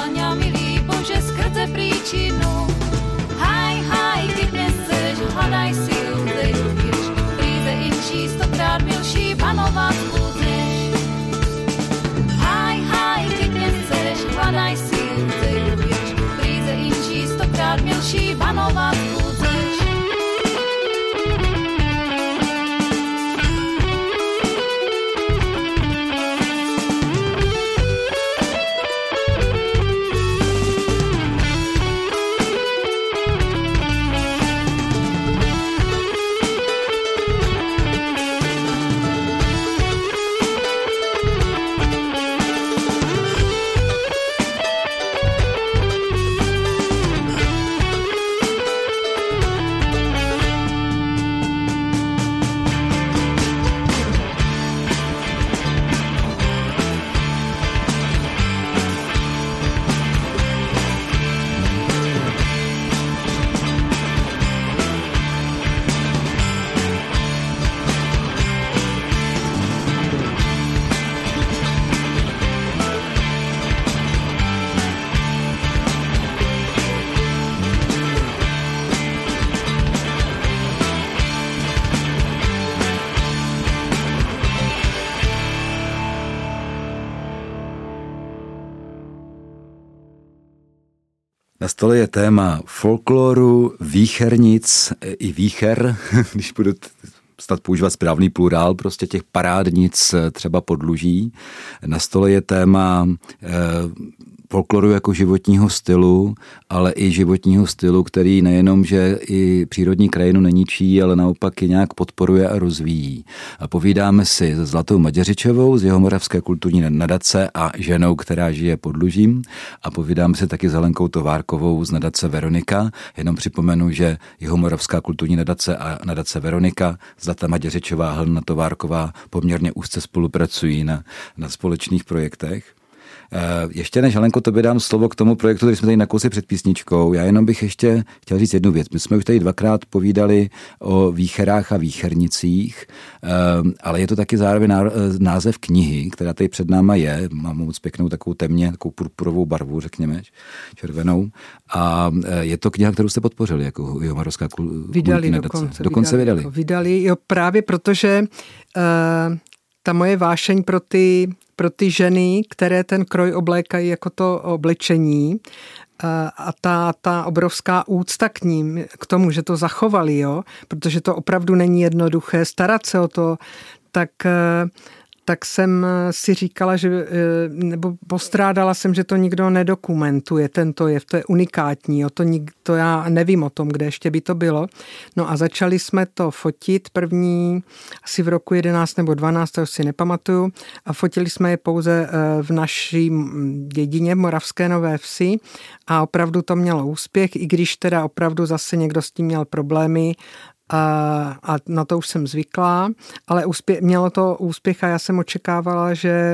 Na stole je téma folkloru, výchernic i výcher, když budu snad používat správný plurál, prostě těch parádnic třeba Podluží. Na stole je téma folkloru jako životního stylu, ale i životního stylu, který nejenom, že i přírodní krajinu neničí, ale naopak je nějak podporuje a rozvíjí. A povídáme si se Zlatou Maďařičovou z Jihomoravské kulturní nadace a ženou, která žije pod Lužím. A povídáme si taky s Helenkou Továrkovou z nadace Veronika. Jenom připomenu, že Jihomoravská kulturní nadace a nadace Veronika, Zlatá Maďařičová a Helena Továrková poměrně úzce spolupracují na společných projektech. Ještě než, Helenko, tobě dám slovo k tomu projektu, který jsme tady nakousli před písničkou. Já jenom bych ještě chtěl říct jednu věc. My jsme už tady 2krát povídali o výcherách a výchernicích, ale je to taky zároveň název knihy, která tady před náma je. Má moc pěknou takovou temně, takovou purpurovou barvu, řekněme, červenou. A je to kniha, kterou jste podpořili jako Jihomoravská Vydali dokonce. Vydali, jo, právě protože ta moje vášeň pro ty ženy, které ten kroj oblékají jako to oblečení a ta obrovská úcta k ním, k tomu, že to zachovali, jo, protože to opravdu není jednoduché starat se o to, tak jsem si říkala, nebo postrádala jsem, že to nikdo nedokumentuje, tento jev, to je unikátní, to já nevím o tom, kde ještě by to bylo. No a začali jsme to fotit první asi v roku 11 nebo 12, to si nepamatuju, a fotili jsme je pouze v naší dědině v Moravské Nové Vsi a opravdu to mělo úspěch, i když teda opravdu zase někdo s tím měl problémy, a na to už jsem zvyklá, ale mělo to úspěch a já jsem očekávala,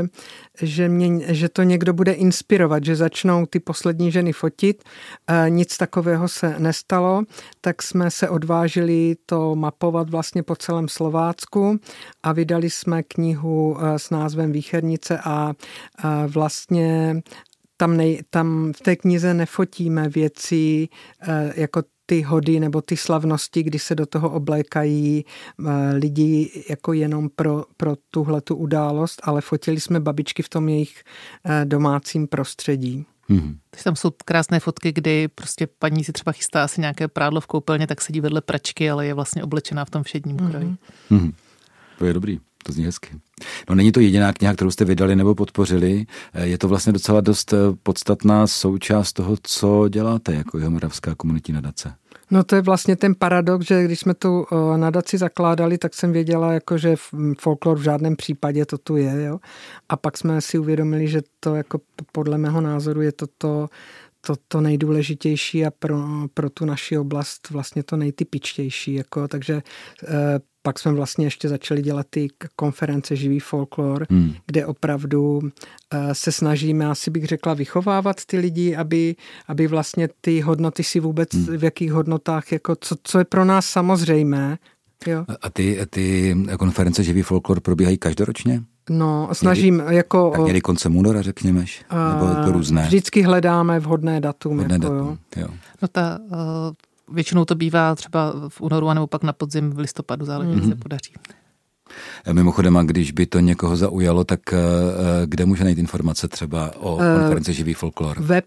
že to někdo bude inspirovat, že začnou ty poslední ženy fotit. Nic takového se nestalo, tak jsme se odvážili to mapovat vlastně po celém Slovácku a vydali jsme knihu s názvem Výchernice a vlastně tam v té knize nefotíme věci jako ty hody nebo ty slavnosti, kdy se do toho oblékají lidi jako jenom pro tuhletu událost, ale fotili jsme babičky v tom jejich domácím prostředí. Tam jsou krásné fotky, kdy prostě paní si třeba chystá asi nějaké prádlo v koupelně, tak sedí vedle pračky, ale je vlastně oblečená v tom všedním kroji. To je dobrý. To zní hezky. No, není to jediná kniha, kterou jste vydali nebo podpořili. Je to vlastně docela dost podstatná součást toho, co děláte jako Jihomoravská komunitní nadace. No to je vlastně ten paradox, že když jsme tu nadaci zakládali, tak jsem věděla, jako, že folklor v žádném případě to tu je. Jo? A pak jsme si uvědomili, že to jako podle mého názoru je to nejdůležitější a pro tu naši oblast vlastně to nejtypičtější. Jako, takže pak jsme vlastně ještě začali dělat ty konference Živý folklor, kde opravdu se snažíme, asi bych řekla, vychovávat ty lidi, aby vlastně ty hodnoty si vůbec v jakých hodnotách, jako co je pro nás samozřejmé. Jo. A ty konference Živý folklor probíhají každoročně? No, snažím jako... Tak někdy koncem února, řekněme, nebo to různé? Vždycky hledáme vhodné datum. Jo. No většinou to bývá třeba v únoru, anebo pak na podzim v listopadu, záleží, jak se podaří. Mimochodem, a když by to někoho zaujalo, tak kde může najít informace třeba o konferenci Živý folklor? Web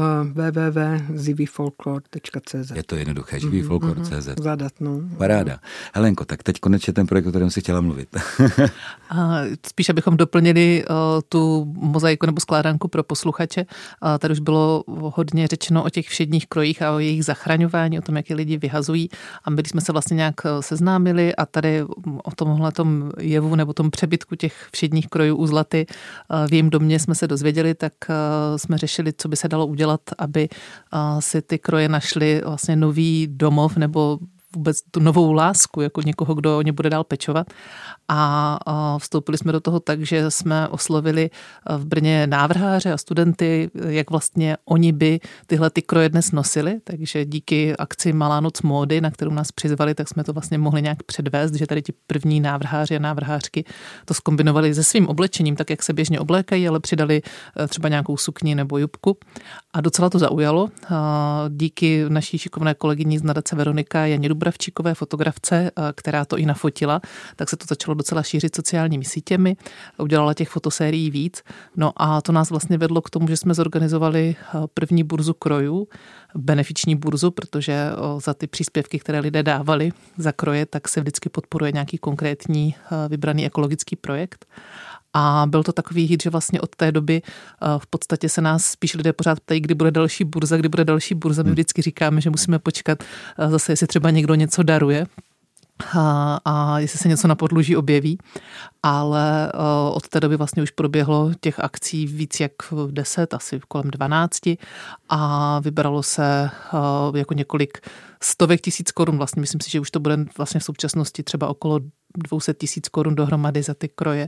www.zivifolklor.cz. Je to jednoduché, živyfolklor.cz. Zadat, no. Paráda. Helenko, tak teď konečně ten projekt, o kterém si chtěla mluvit. Spíš, abychom doplnili tu mozaiku nebo skládanku pro posluchače. Tady už bylo hodně řečeno o těch všedních krojích a o jejich zachraňování, o tom, jak je lidi vyhazují. A my jsme se vlastně nějak seznámili a tady o tomhletom jevu nebo tom přebytku těch všedních krojů u Zlaty v jejím domě jsme se dozvěděli, tak jsme řešili, co by se dalo udělat, aby si ty kroje našly vlastně nový domov nebo vůbec tu novou lásku, jako někoho, kdo o ně bude dál pečovat. A vstoupili jsme do toho tak, že jsme oslovili v Brně návrháře a studenty, jak vlastně oni by tyhle ty kroje dnes nosili. Takže díky akci Malá noc módy, na kterou nás přizvali, tak jsme to vlastně mohli nějak předvést, že tady ti první návrháři a návrhářky to zkombinovali se svým oblečením, tak jak se běžně oblékají, ale přidali třeba nějakou sukni nebo jupku. A docela to zaujalo. Díky naší šikovné kolegyni z nadace Veronika Janě Dubravčíkové fotografce, která to i nafotila, tak se to začalo docela šířit sociálními sítěmi. Udělala těch fotosérií víc. No a to nás vlastně vedlo k tomu, že jsme zorganizovali první burzu krojů, benefiční burzu, protože za ty příspěvky, které lidé dávali za kroje, tak se vždycky podporuje nějaký konkrétní vybraný ekologický projekt. A byl to takový hit, že vlastně od té doby v podstatě se nás spíš lidé pořád ptají, kdy bude další burza. My vždycky říkáme, že musíme počkat zase, jestli třeba někdo něco daruje a jestli se něco na podluží objeví. Ale od té doby vlastně už proběhlo těch akcí víc jak 10, asi kolem 12 a vybralo se jako několik stovek tisíc korun. Vlastně myslím si, že už to bude vlastně v současnosti třeba okolo 200 000 korun dohromady za ty kroje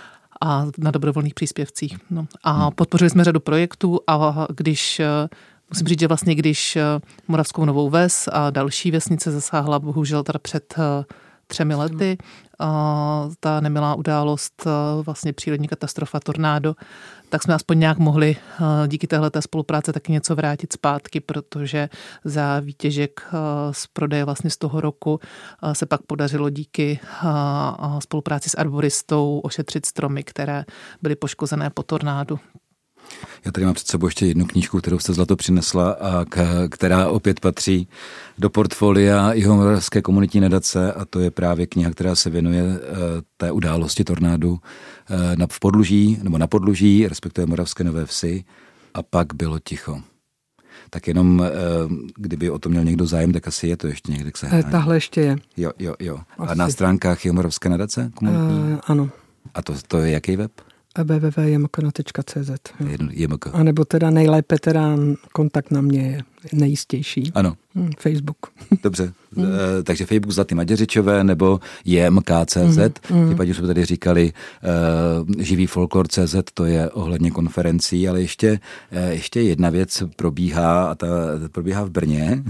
a na dobrovolných příspěvcích. No. A podpořili jsme řadu projektů a musím říct, že vlastně když Moravskou Novou Ves a další vesnice zasáhla bohužel teda před 3 lety, ta nemilá událost, vlastně přírodní katastrofa, tornádo, tak jsme aspoň nějak mohli díky téhleté spolupráce taky něco vrátit zpátky, protože za výtěžek z prodeje vlastně z toho roku se pak podařilo díky spolupráci s arboristou ošetřit stromy, které byly poškozené po tornádu. Já tady mám před sebou ještě jednu knížku, kterou jste zlato přinesla a která opět patří do portfolia Jihomoravské komunitní nadace a to je právě kniha, která se věnuje té události tornádu v Podluží, nebo na Podluží, respektive Moravské Nové Vsi a pak bylo ticho. Tak jenom, kdyby o to měl někdo zájem, tak asi je to ještě někde k sehnání. Tahle ještě je. Jo. A na stránkách Jihomoravské nadace komunitní? Ano. A to je jaký web? www.jmk.cz. A nebo teda nejlépe kontakt na mě je nejistější. Ano. Facebook. Dobře, takže Facebook Zlaty Maděřičové nebo JMK.cz. Případně jsme tady říkali živý folklor.cz, to je ohledně konferencí, ale ještě jedna věc probíhá a ta probíhá v Brně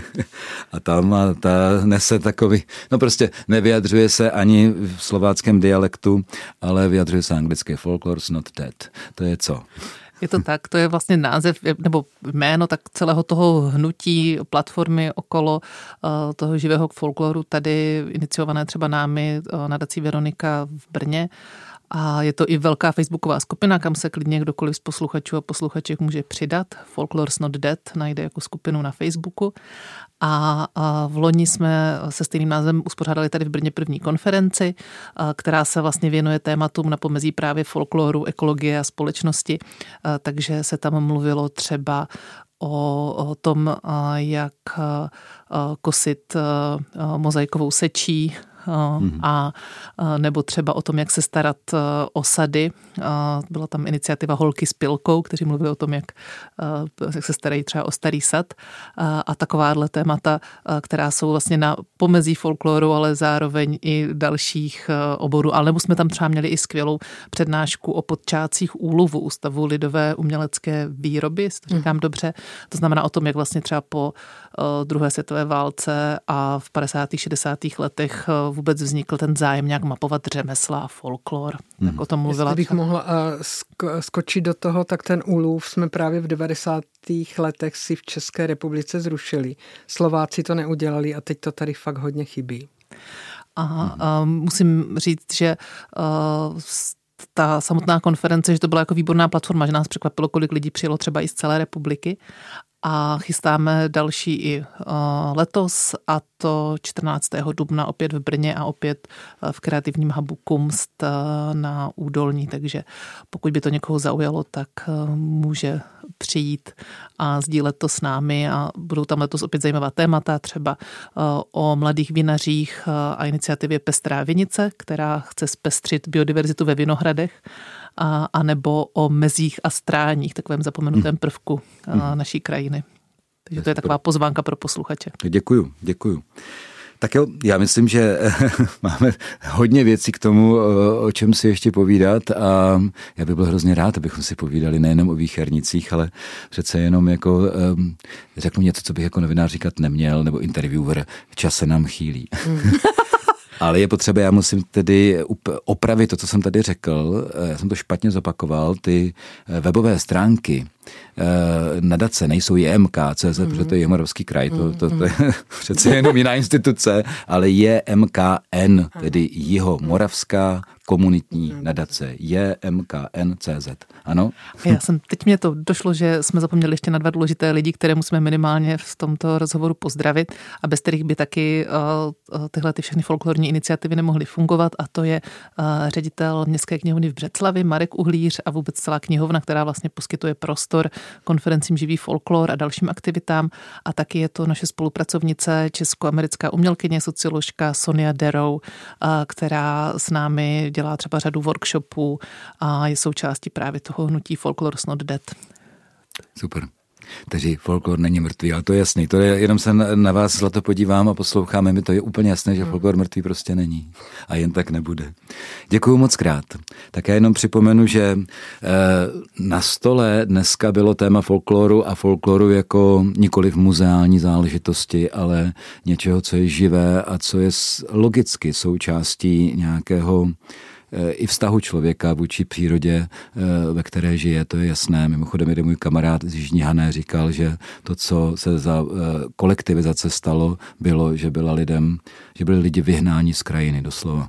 a tam ta nese takový, no prostě nevyjadřuje se ani v slováckém dialektu, ale vyjadřuje se anglicky. Folklor's not dead. To je co? Je to tak, to je vlastně název nebo jméno tak celého toho hnutí, platformy okolo toho živého folkloru, tady iniciované třeba námi nadací Veronika v Brně. A je to i velká facebooková skupina, kam se klidně kdokoliv z posluchačů a posluchaček může přidat. Folklor's Not Dead najde jako skupinu na Facebooku. A v loni jsme se stejným názvem uspořádali tady v Brně první konferenci, která se vlastně věnuje tématům na pomezí právě folkloru, ekologie a společnosti. Takže se tam mluvilo třeba o tom, jak kosit mozaikovou sečí, a nebo třeba o tom, jak se starat o sady. Byla tam iniciativa Holky s pilkou, kteří mluvili o tom, jak se starají třeba o starý sad a takováhle témata, která jsou vlastně na pomezí folkloru, ale zároveň i dalších oborů. Ale nebo jsme tam třeba měli i skvělou přednášku o počátcích úlovu Ústavu lidové umělecké výroby, jestli to říkám dobře. To znamená o tom, jak vlastně třeba po druhé světové válce a v 50. 60. letech vůbec vznikl ten zájem nějak mapovat řemesla a folklor. Tak o tom mluvila. Jestli bych mohla skočit do toho, tak ten úlův jsme právě v 90. letech si v České republice zrušili. Slováci to neudělali a teď to tady fakt hodně chybí. A musím říct, že ta samotná konference, že to byla jako výborná platforma, že nás překvapilo, kolik lidí přijelo třeba i z celé republiky. A chystáme další i letos, a to 14. dubna opět v Brně a opět v kreativním hubu Kumst na Údolní. Takže pokud by to někoho zaujalo, tak může přijít a sdílet to s námi a budou tam letos opět zajímavá témata, třeba o mladých vinařích a iniciativě Pestrá vinice, která chce zpestřit biodiverzitu ve vinohradech, a nebo o mezích a stráních, takovém zapomenutém prvku naší krajiny. Takže to je taková pozvánka pro posluchače. Děkuju. Tak jo, já myslím, že máme hodně věcí k tomu, o čem si ještě povídat a já bych byl hrozně rád, abychom si povídali nejenom o výchernicích, ale přece jenom jako řeknu něco, co bych jako novinář říkat neměl, nebo interviewer, čas se nám chýlí. Ale je potřeba, já musím tedy opravit to, co jsem tady řekl. Já jsem to špatně zopakoval. Ty webové stránky nadace nejsou JMK.cz, protože to je Jihomoravský kraj, to je přece jenom jiná instituce, ale je MKN, tedy Jihomoravská komunitní nadace, JMKN.cz. Ano? Teď mě to došlo, že jsme zapomněli ještě na 2 důležité lidi, které musíme minimálně v tomto rozhovoru pozdravit a bez kterých by taky tyhle ty všechny folklorní iniciativy nemohly fungovat, a to je ředitel Městské knihovny v Břeclavi Marek Uhlíř a vůbec celá knihovna, která vlastně poskytuje prostor konferencím Živý folklor a dalším aktivitám, a taky je to naše spolupracovnice česko-americká umělkyně, socioložka Sonia Darrow, která s námi dělá třeba řadu workshopů a je součástí právě toho hnutí Folklor's Not Dead. Super. Takže folklor není mrtvý, ale to je jasný. To je, jenom se na vás zlato podívám a posloucháme, mi to je úplně jasné, že folklor mrtvý prostě není. A jen tak nebude. Děkuju moc krát. Tak já jenom připomenu, že na stole dneska bylo téma folkloru a folkloru jako nikoliv muzeální záležitosti, ale něčeho, co je živé a co je logicky součástí nějakého i vztahu člověka vůči přírodě, ve které žije, to je jasné. Mimochodem, jeden můj kamarád z Jižní Hané říkal, že to, co se za kolektivizace stalo, bylo, že byli lidi vyhnáni z krajiny, doslova.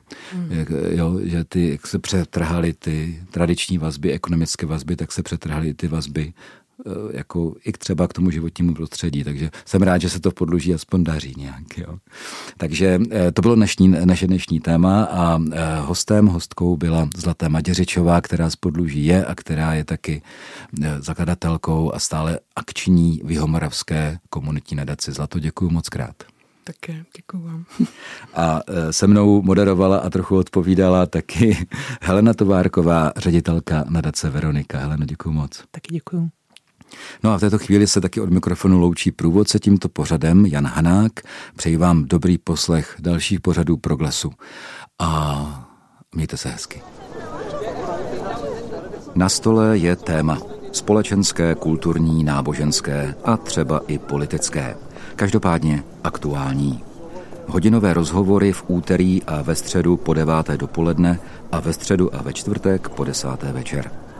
Že jak se přetrhaly ty tradiční vazby, ekonomické vazby, tak se přetrhaly ty vazby jako i třeba k tomu životnímu prostředí, takže jsem rád, že se to v Podluží aspoň daří nějak. Jo. Takže to bylo naše dnešní téma a hostkou byla Zlatá Matěřičová, která z Podluží je a která je taky zakladatelkou a stále akční v Jihomoravské komunitní nadaci. Zlato, děkuju moc krát. Také, děkuju vám. A se mnou moderovala a trochu odpovídala taky Helena Továrková, ředitelka nadace Veronika. Heleno, děkuju moc. Taky děkuju. No a v této chvíli se taky od mikrofonu loučí průvodce tímto pořadem Jan Hanák. Přeji vám dobrý poslech dalších pořadů Proglasu a mějte se hezky. Na stole je téma společenské, kulturní, náboženské a třeba i politické. Každopádně aktuální. Hodinové rozhovory v úterý a ve středu po 9. dopoledne a ve středu a ve čtvrtek po 10. večer.